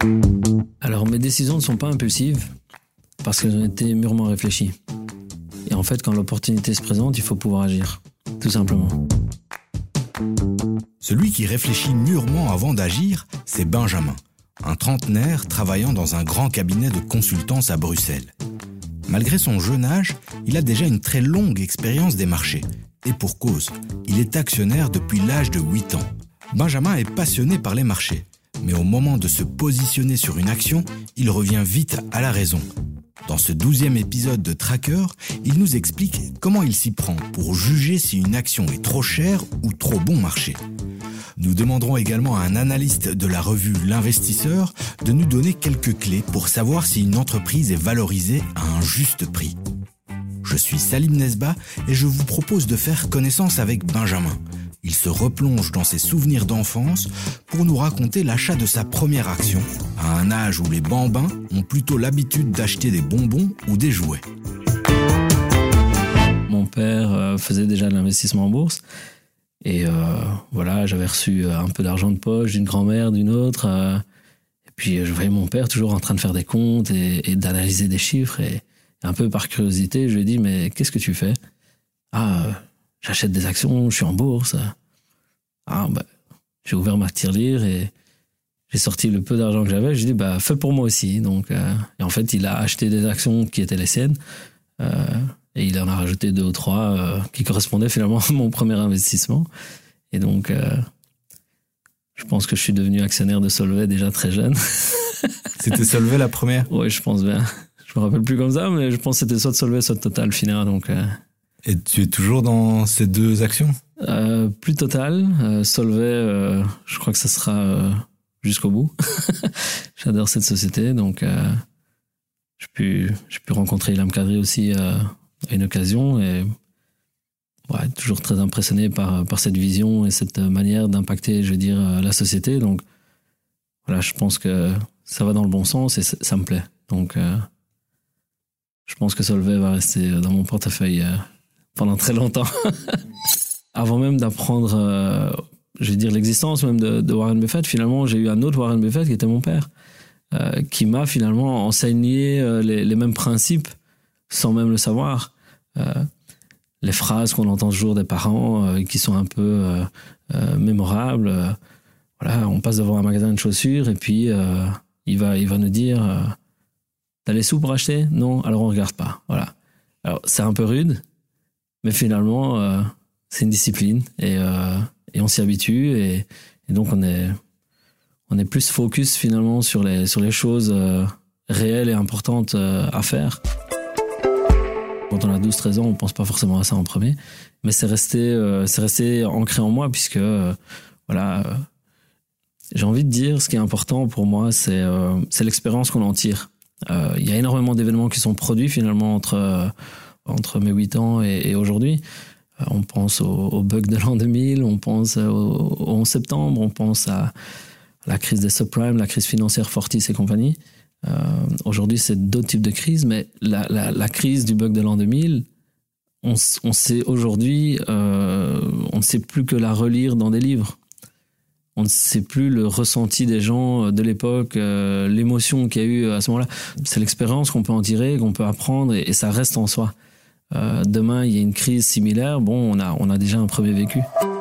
Alors mes décisions ne sont pas impulsives parce qu'elles ont été mûrement réfléchies. Et en fait, quand l'opportunité se présente, il faut pouvoir agir, tout simplement. Celui qui réfléchit mûrement avant d'agir, c'est Benjamin, un trentenaire travaillant dans un grand cabinet de consultance à Bruxelles. Malgré son jeune âge, il a déjà une très longue expérience des marchés. Et pour cause, il est actionnaire depuis l'âge de 8 ans. Benjamin est passionné par les marchés. Mais au moment de se positionner sur une action, il revient vite à la raison. Dans ce 12e épisode de Tracker, il nous explique comment il s'y prend pour juger si une action est trop chère ou trop bon marché. Nous demanderons également à un analyste de la revue L'Investisseur de nous donner quelques clés pour savoir si une entreprise est valorisée à un juste prix. Je suis Salim Nesba et je vous propose de faire connaissance avec Benjamin. Il se replonge dans ses souvenirs d'enfance pour nous raconter l'achat de sa première action, à un âge où les bambins ont plutôt l'habitude d'acheter des bonbons ou des jouets. Mon père faisait déjà de l'investissement en bourse. Et voilà, j'avais reçu un peu d'argent de poche d'une grand-mère, d'une autre. Et puis je voyais mon père toujours en train de faire des comptes et d'analyser des chiffres. Et un peu par curiosité, je lui ai dit, mais qu'est-ce que tu fais ? J'achète des actions, je suis en bourse. J'ai ouvert ma tirelire et j'ai sorti le peu d'argent que j'avais. J'ai dit, fais pour moi aussi. Donc, et en fait, il a acheté des actions qui étaient les siennes. Et il en a rajouté 2 ou 3 qui correspondaient finalement à mon premier investissement. Et donc, je pense que je suis devenu actionnaire de Solvay déjà très jeune. C'était Solvay la première ? Oui, je pense bien. Je me rappelle plus comme ça, mais je pense que c'était soit Solvay, soit Total Fina. Donc, Et tu es toujours dans ces 2 actions ? Plus Total. Solvay, je crois que ça sera jusqu'au bout. J'adore cette société. Donc, j'ai pu rencontrer Ilham Kadri aussi à une occasion. Et toujours très impressionné par cette vision et cette manière d'impacter, je veux dire, la société. Donc, voilà, je pense que ça va dans le bon sens et ça me plaît. Donc, je pense que Solvay va rester dans mon portefeuille pendant très longtemps. Avant même d'apprendre, je veux dire, l'existence même de Warren Buffett, finalement, j'ai eu un autre Warren Buffett qui était mon père, qui m'a finalement enseigné les mêmes principes sans même le savoir. Les phrases qu'on entend toujours des parents qui sont un peu mémorables. Voilà, on passe devant un magasin de chaussures et puis il va nous dire t'as les sous pour acheter ? Non, alors on regarde pas. Voilà. Alors c'est un peu rude, mais finalement c'est une discipline et on s'y habitue et donc on est plus focus finalement sur les choses réelles et importantes à faire. Quand on a 12-13 ans, on pense pas forcément à ça en premier, mais c'est resté ancré en moi puisque j'ai envie de dire ce qui est important pour moi, c'est l'expérience qu'on en tire. Il y a énormément d'événements qui sont produits finalement entre mes 8 ans et aujourd'hui. On pense au bug de l'an 2000, on pense au 11 septembre, on pense à la crise des subprimes, la crise financière Fortis et compagnie. Aujourd'hui, c'est d'autres types de crises, mais la crise du bug de l'an 2000, on sait aujourd'hui, on ne sait plus que la relire dans des livres. On ne sait plus le ressenti des gens de l'époque, l'émotion qu'il y a eu à ce moment-là. C'est l'expérience qu'on peut en tirer, qu'on peut apprendre, et ça reste en soi. Demain, il y a une crise similaire, on a déjà un premier vécu.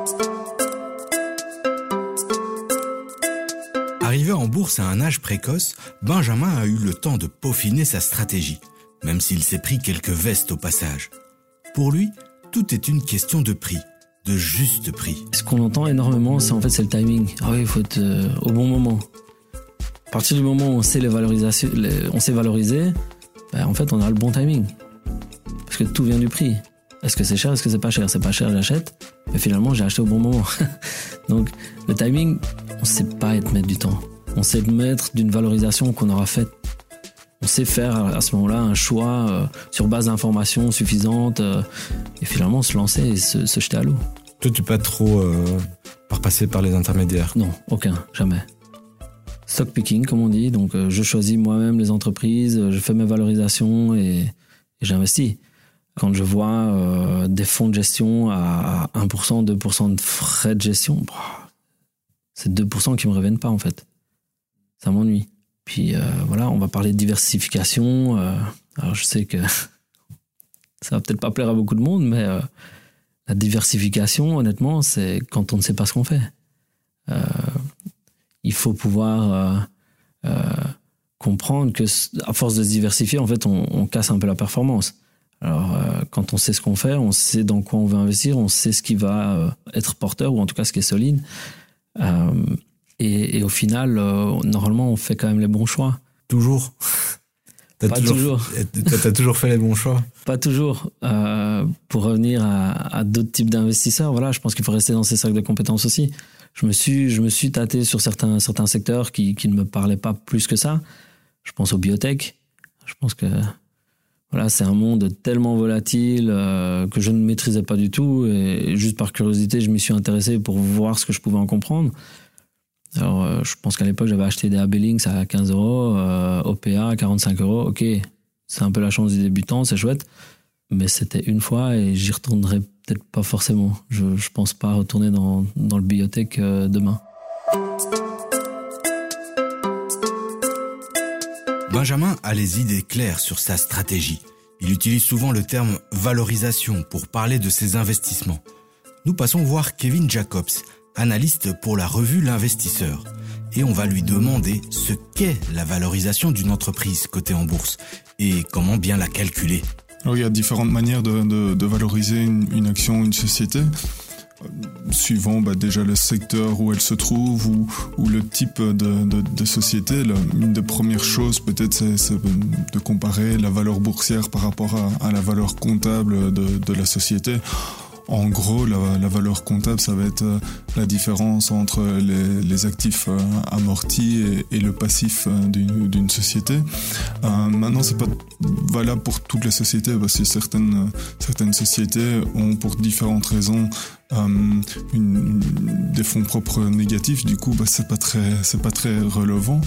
Arrivé en bourse à un âge précoce, Benjamin a eu le temps de peaufiner sa stratégie, même s'il s'est pris quelques vestes au passage. Pour lui, tout est une question de prix, de juste prix. Ce qu'on entend énormément, c'est le timing. Ah oui, il faut être au bon moment. À partir du moment où on sait on sait valoriser, en fait, on a le bon timing. Parce que tout vient du prix. Est-ce que c'est cher, est-ce que c'est pas cher ? C'est pas cher, j'achète. Mais finalement, j'ai acheté au bon moment. Donc, le timing, on sait pas être maître du temps. On sait être maître d'une valorisation qu'on aura faite. On sait faire à ce moment-là un choix sur base d'informations suffisantes et finalement se lancer et se jeter à l'eau. Toi, tu n'es pas trop passer par les intermédiaires ? Non, aucun, jamais. Stock picking, comme on dit. Donc, je choisis moi-même les entreprises, je fais mes valorisations et j'investis. Quand je vois des fonds de gestion à 1%, 2% de frais de gestion, c'est 2% qui ne me reviennent pas, en fait. Ça m'ennuie. Puis voilà, on va parler de diversification. Alors je sais que ça va peut-être pas plaire à beaucoup de monde, mais la diversification, honnêtement, c'est quand on ne sait pas ce qu'on fait. Il faut pouvoir comprendre que à force de se diversifier, en fait, on casse un peu la performance. Alors, quand on sait ce qu'on fait, on sait dans quoi on veut investir, on sait ce qui va être porteur, ou en tout cas ce qui est solide. Et au final, normalement, on fait quand même les bons choix. Toujours. Pas toujours. T'as toujours fait les bons choix? Pas toujours. Pour revenir à d'autres types d'investisseurs, voilà, je pense qu'il faut rester dans ces cercles de compétences aussi. Je me suis tâté sur certains secteurs qui ne me parlaient pas plus que ça. Je pense aux biotech. Je pense que voilà, c'est un monde tellement volatile que je ne maîtrisais pas du tout. Et juste par curiosité, je m'y suis intéressé pour voir ce que je pouvais en comprendre. Alors, je pense qu'à l'époque, j'avais acheté des AB Links à 15 €, OPA à 45 €. Ok, c'est un peu la chance du débutant, c'est chouette. Mais c'était une fois et j'y retournerai peut-être pas forcément. Je pense pas retourner dans le biotech demain. Benjamin a les idées claires sur sa stratégie. Il utilise souvent le terme valorisation pour parler de ses investissements. Nous passons voir Kevin Jacobs, analyste pour la revue L'Investisseur. Et on va lui demander ce qu'est la valorisation d'une entreprise cotée en bourse et comment bien la calculer. Alors, il y a différentes manières de valoriser une action, une société, suivant déjà le secteur où elle se trouve ou le type de société. Une des premières choses peut-être c'est de comparer la valeur boursière par rapport à la valeur comptable de la société. En gros, la valeur comptable, ça va être la différence entre les actifs amortis et le passif d'une société. Maintenant, c'est pas valable pour toutes les sociétés parce que certaines sociétés ont, pour différentes raisons, des fonds propres négatifs. Du coup, c'est pas très relevant.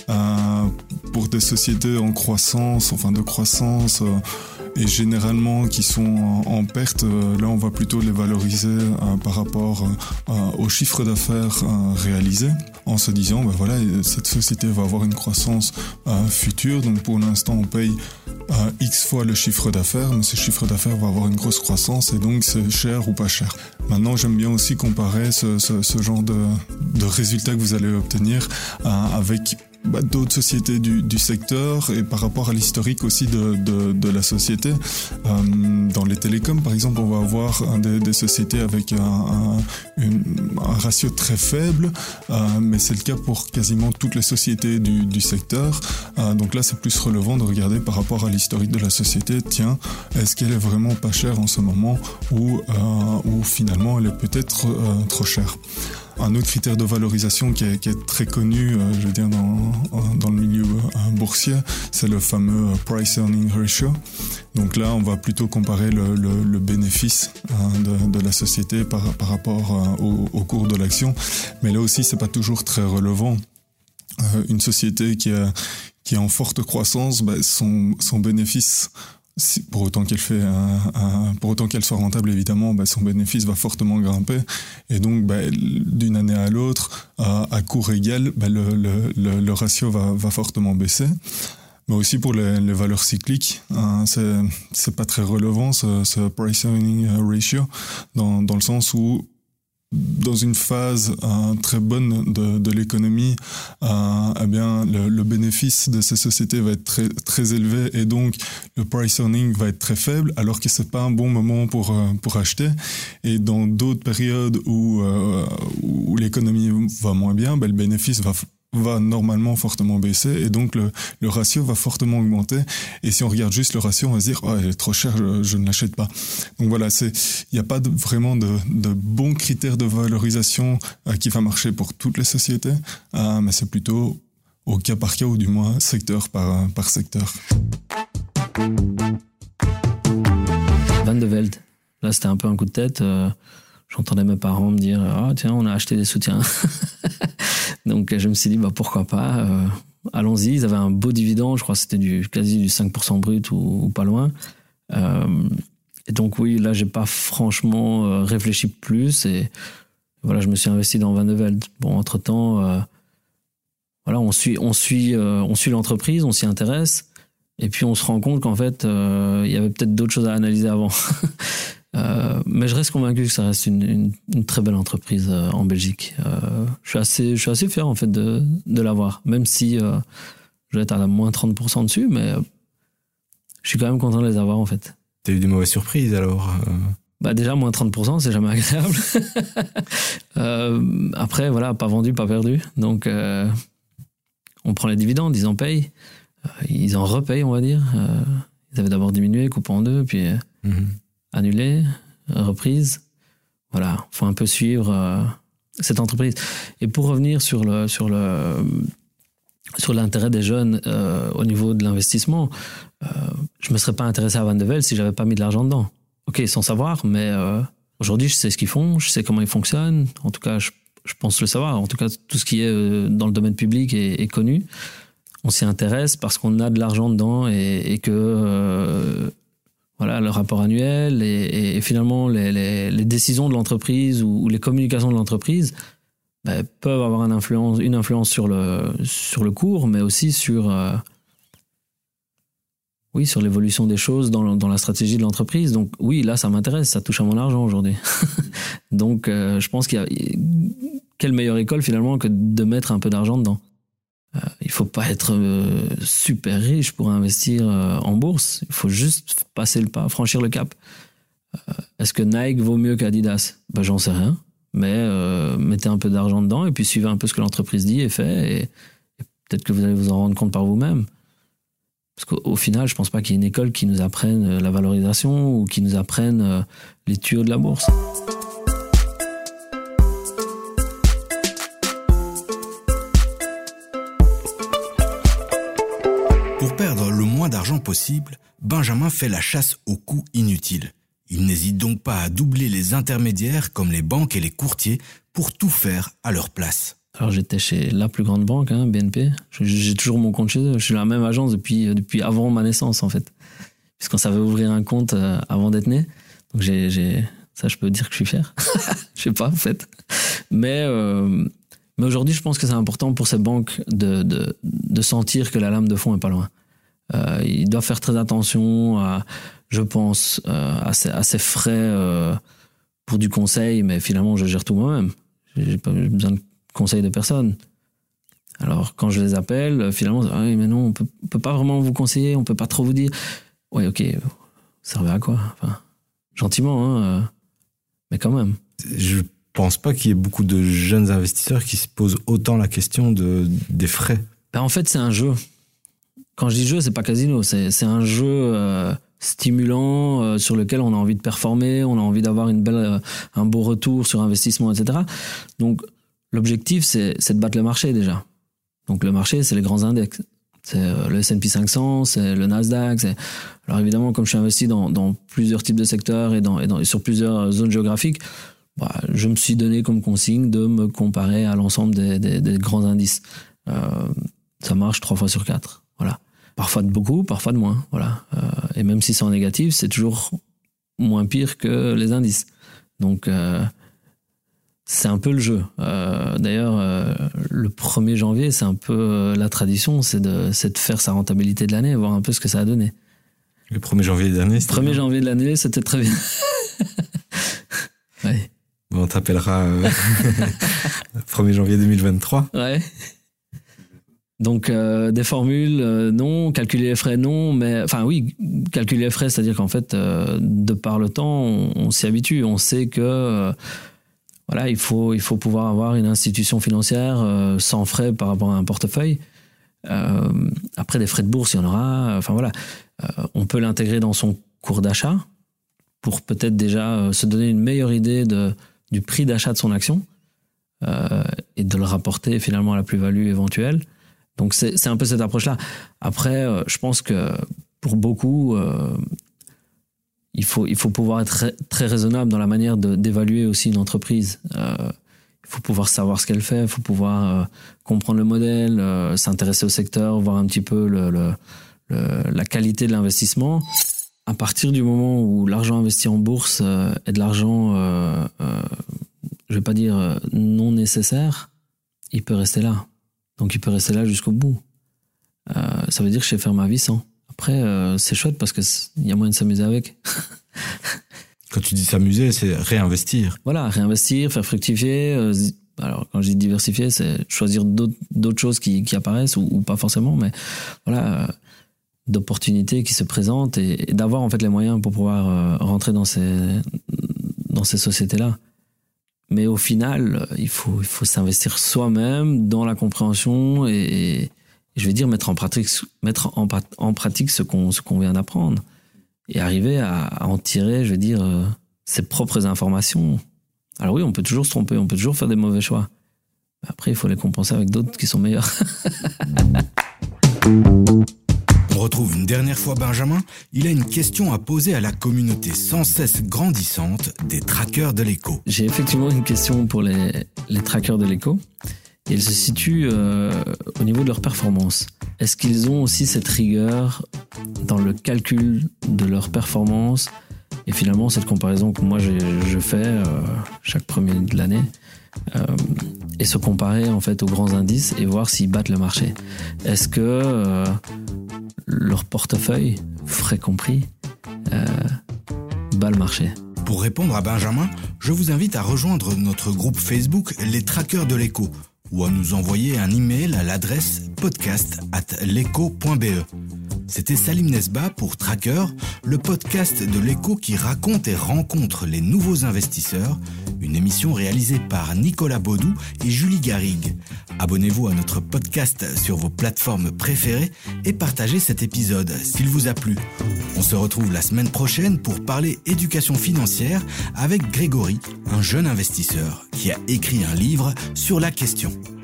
Pour des sociétés en croissance, de croissance, et généralement qui sont en perte, là on va plutôt les valoriser par rapport au chiffre d'affaires réalisé, en se disant voilà, cette société va avoir une croissance future, donc pour l'instant on paye X fois le chiffre d'affaires, mais ce chiffre d'affaires va avoir une grosse croissance et donc c'est cher ou pas cher. Maintenant, j'aime bien aussi comparer ce genre de résultats que vous allez obtenir avec d'autres sociétés du secteur et par rapport à l'historique aussi de la société. Dans les télécoms, par exemple, on va avoir des sociétés avec un ratio très faible, mais c'est le cas pour quasiment toutes les sociétés du secteur. Donc là, c'est plus relevant de regarder par rapport à l'historique de la société. Tiens, est-ce qu'elle est vraiment pas chère en ce moment ou finalement elle est peut-être trop chère? Un autre critère de valorisation qui est très connu, je veux dire, dans le milieu boursier, c'est le fameux price-earning ratio. Donc là, on va plutôt comparer le bénéfice de la société par rapport au cours de l'action. Mais là aussi, c'est pas toujours très relevant. Une société qui est en forte croissance, son bénéfice, pour autant qu'elle soit rentable, évidemment, son bénéfice va fortement grimper et donc d'une année à l'autre, à cours égal, le ratio va fortement baisser. Mais aussi pour les valeurs cycliques, c'est pas très relevant ce price earning ratio dans le sens où dans une phase très bonne de l'économie, le bénéfice de ces sociétés va être très, très élevé et donc le price earning va être très faible, alors que c'est pas un bon moment pour acheter. Et dans d'autres périodes où l'économie va moins bien, le bénéfice va normalement fortement baisser et donc le ratio va fortement augmenter. Et si on regarde juste le ratio, on va se dire elle est trop chère, je ne l'achète pas. Donc voilà, il n'y a pas vraiment de bons critères de valorisation qui va marcher pour toutes les sociétés, mais c'est plutôt au cas par cas ou du moins secteur par secteur. Van de Velde, là c'était un peu un coup de tête. J'entendais mes parents me dire tiens, on a acheté des soutiens. Donc je me suis dit pourquoi pas, allons-y. Ils avaient un beau dividende, je crois que c'était quasi du 5% brut ou pas loin. Et donc oui, là j'ai pas franchement réfléchi plus et voilà, je me suis investi dans Van de Velde. Bon, entre-temps, voilà, on suit l'entreprise, on s'y intéresse, et puis on se rend compte qu'en fait, il y avait peut-être d'autres choses à analyser avant. Mais je reste convaincu que ça reste une très belle entreprise en Belgique. Je suis assez fier en fait de l'avoir, même si je vais être à la moins 30% dessus, mais je suis quand même content de les avoir en fait. T'as eu des mauvaises surprises alors Déjà, moins 30%, c'est jamais agréable. Après, voilà, pas vendu, pas perdu. Donc, on prend les dividendes, ils en payent. Ils en repayent, on va dire. Ils avaient d'abord diminué, coupé en deux, puis annulé, reprise. Voilà, faut un peu suivre cette entreprise. Et pour revenir sur l'intérêt des jeunes au niveau de l'investissement, je me serais pas intéressé à Van de Velde si j'avais pas mis de l'argent dedans. Ok, sans savoir, mais aujourd'hui, je sais ce qu'ils font, je sais comment ils fonctionnent. En tout cas, je pense le savoir. En tout cas, tout ce qui est dans le domaine public est connu. On s'y intéresse parce qu'on a de l'argent dedans et que voilà, le rapport annuel et finalement les décisions de l'entreprise ou les communications de l'entreprise peuvent avoir une influence sur le cours, mais aussi sur l'évolution des choses dans la stratégie de l'entreprise. Donc oui, là, ça m'intéresse, ça touche à mon argent aujourd'hui. Donc je pense quelle meilleure école finalement que de mettre un peu d'argent dedans. Il faut pas être super riche pour investir en bourse. Il faut juste passer le pas, franchir le cap. Est-ce que Nike vaut mieux qu'Adidas ? J'en sais rien. Mais mettez un peu d'argent dedans et puis suivez un peu ce que l'entreprise dit et fait. Et peut-être que vous allez vous en rendre compte par vous-même. Parce qu'au final, je pense pas qu'il y ait une école qui nous apprenne la valorisation ou qui nous apprenne les tuyaux de la bourse. Pour perdre le moins d'argent possible, Benjamin fait la chasse aux coûts inutiles. Il n'hésite donc pas à doubler les intermédiaires comme les banques et les courtiers pour tout faire à leur place. Alors j'étais chez la plus grande banque, BNP. J'ai toujours mon compte chez eux. Je suis la même agence depuis avant ma naissance en fait. Puisqu'on savait ouvrir un compte avant d'être né. Donc ça je peux dire que je suis fier. Je sais pas en fait. Mais aujourd'hui je pense que c'est important pour ces banques de sentir que la lame de fond est pas loin. Ils doivent faire très attention à ces frais pour du conseil, mais finalement je gère tout moi-même. J'ai pas besoin de conseil de personne. Alors quand je les appelle, finalement, ah oui, mais non, on peut pas vraiment vous conseiller, on peut pas trop vous dire. Oui, ok, ça servait à quoi ? Enfin, gentiment, mais quand même. Je pense pas qu'il y ait beaucoup de jeunes investisseurs qui se posent autant la question des frais. En fait, c'est un jeu. Quand je dis jeu, c'est pas casino, c'est un jeu stimulant sur lequel on a envie de performer, on a envie d'avoir un beau retour sur investissement, etc. Donc l'objectif, c'est de battre le marché déjà. Donc le marché, c'est les grands index. C'est le S&P 500, c'est le Nasdaq. Alors évidemment, comme je suis investi dans plusieurs types de secteurs et sur plusieurs zones géographiques, je me suis donné comme consigne de me comparer à l'ensemble des grands indices. Ça marche 3 fois sur 4. Voilà. Parfois de beaucoup, parfois de moins. Voilà. Et même si c'est en négatif, c'est toujours moins pire que les indices. Donc c'est un peu le jeu. D'ailleurs, le 1er janvier, c'est un peu la tradition, c'est de faire sa rentabilité de l'année, voir un peu ce que ça a donné. Le 1er janvier de l'année, c'était 1er janvier de l'année, c'était très bien. Ouais. Bon, on t'appellera 1er janvier 2023. Ouais. Donc, des formules, non. Calculer les frais, non. Mais, enfin, oui, calculer les frais, c'est-à-dire qu'en fait, de par le temps, on s'y habitue. On sait que... Voilà, il faut pouvoir avoir une institution financière sans frais par rapport à un portefeuille. Après, des frais de bourse, il y en aura. Enfin voilà, on peut l'intégrer dans son cours d'achat pour peut-être déjà se donner une meilleure idée du prix d'achat de son action et de le rapporter finalement à la plus-value éventuelle. Donc c'est un peu cette approche-là. Après, je pense que pour beaucoup... Il faut pouvoir être très, très raisonnable dans la manière d'évaluer aussi une entreprise. Il faut pouvoir savoir ce qu'elle fait, il faut pouvoir comprendre le modèle, s'intéresser au secteur, voir un petit peu la qualité de l'investissement. À partir du moment où l'argent investi en bourse est de l'argent, je vais pas dire non nécessaire, il peut rester là. Donc il peut rester là jusqu'au bout. Ça veut dire que je sais faire ma vie sans. Après, c'est chouette parce qu'il y a moyen de s'amuser avec. Quand tu dis s'amuser, c'est réinvestir. Voilà, réinvestir, faire fructifier. Alors, quand je dis diversifier, c'est choisir d'autres choses qui apparaissent ou pas forcément, mais voilà, d'opportunités qui se présentent et d'avoir en fait les moyens pour pouvoir rentrer dans ces sociétés-là. Mais au final, il faut s'investir soi-même dans la compréhension et je vais dire mettre en pratique ce qu'on vient d'apprendre et arriver à en tirer, je vais dire, ses propres informations. Alors oui, on peut toujours se tromper, on peut toujours faire des mauvais choix. Après, il faut les compenser avec d'autres qui sont meilleurs. On retrouve une dernière fois Benjamin. Il a une question à poser à la communauté sans cesse grandissante des trackers de l'éco. J'ai effectivement une question pour les trackers de l'éco. Et elle se situe au niveau de leur performance. Est-ce qu'ils ont aussi cette rigueur dans le calcul de leur performance? Et finalement, cette comparaison que moi je fais chaque premier de l'année, et se comparer en fait aux grands indices et voir s'ils battent le marché. Est-ce que leur portefeuille, frais compris, bat le marché? Pour répondre à Benjamin, je vous invite à rejoindre notre groupe Facebook Les Trackers de l'éco ou à nous envoyer un email à l'adresse podcast@leco.be. C'était Salim Nesba pour Tracker, le podcast de l'éco qui raconte et rencontre les nouveaux investisseurs, une émission réalisée par Nicolas Baudou et Julie Garrigue. Abonnez-vous à notre podcast sur vos plateformes préférées et partagez cet épisode s'il vous a plu. On se retrouve la semaine prochaine pour parler éducation financière avec Grégory, un jeune investisseur qui a écrit un livre sur la question.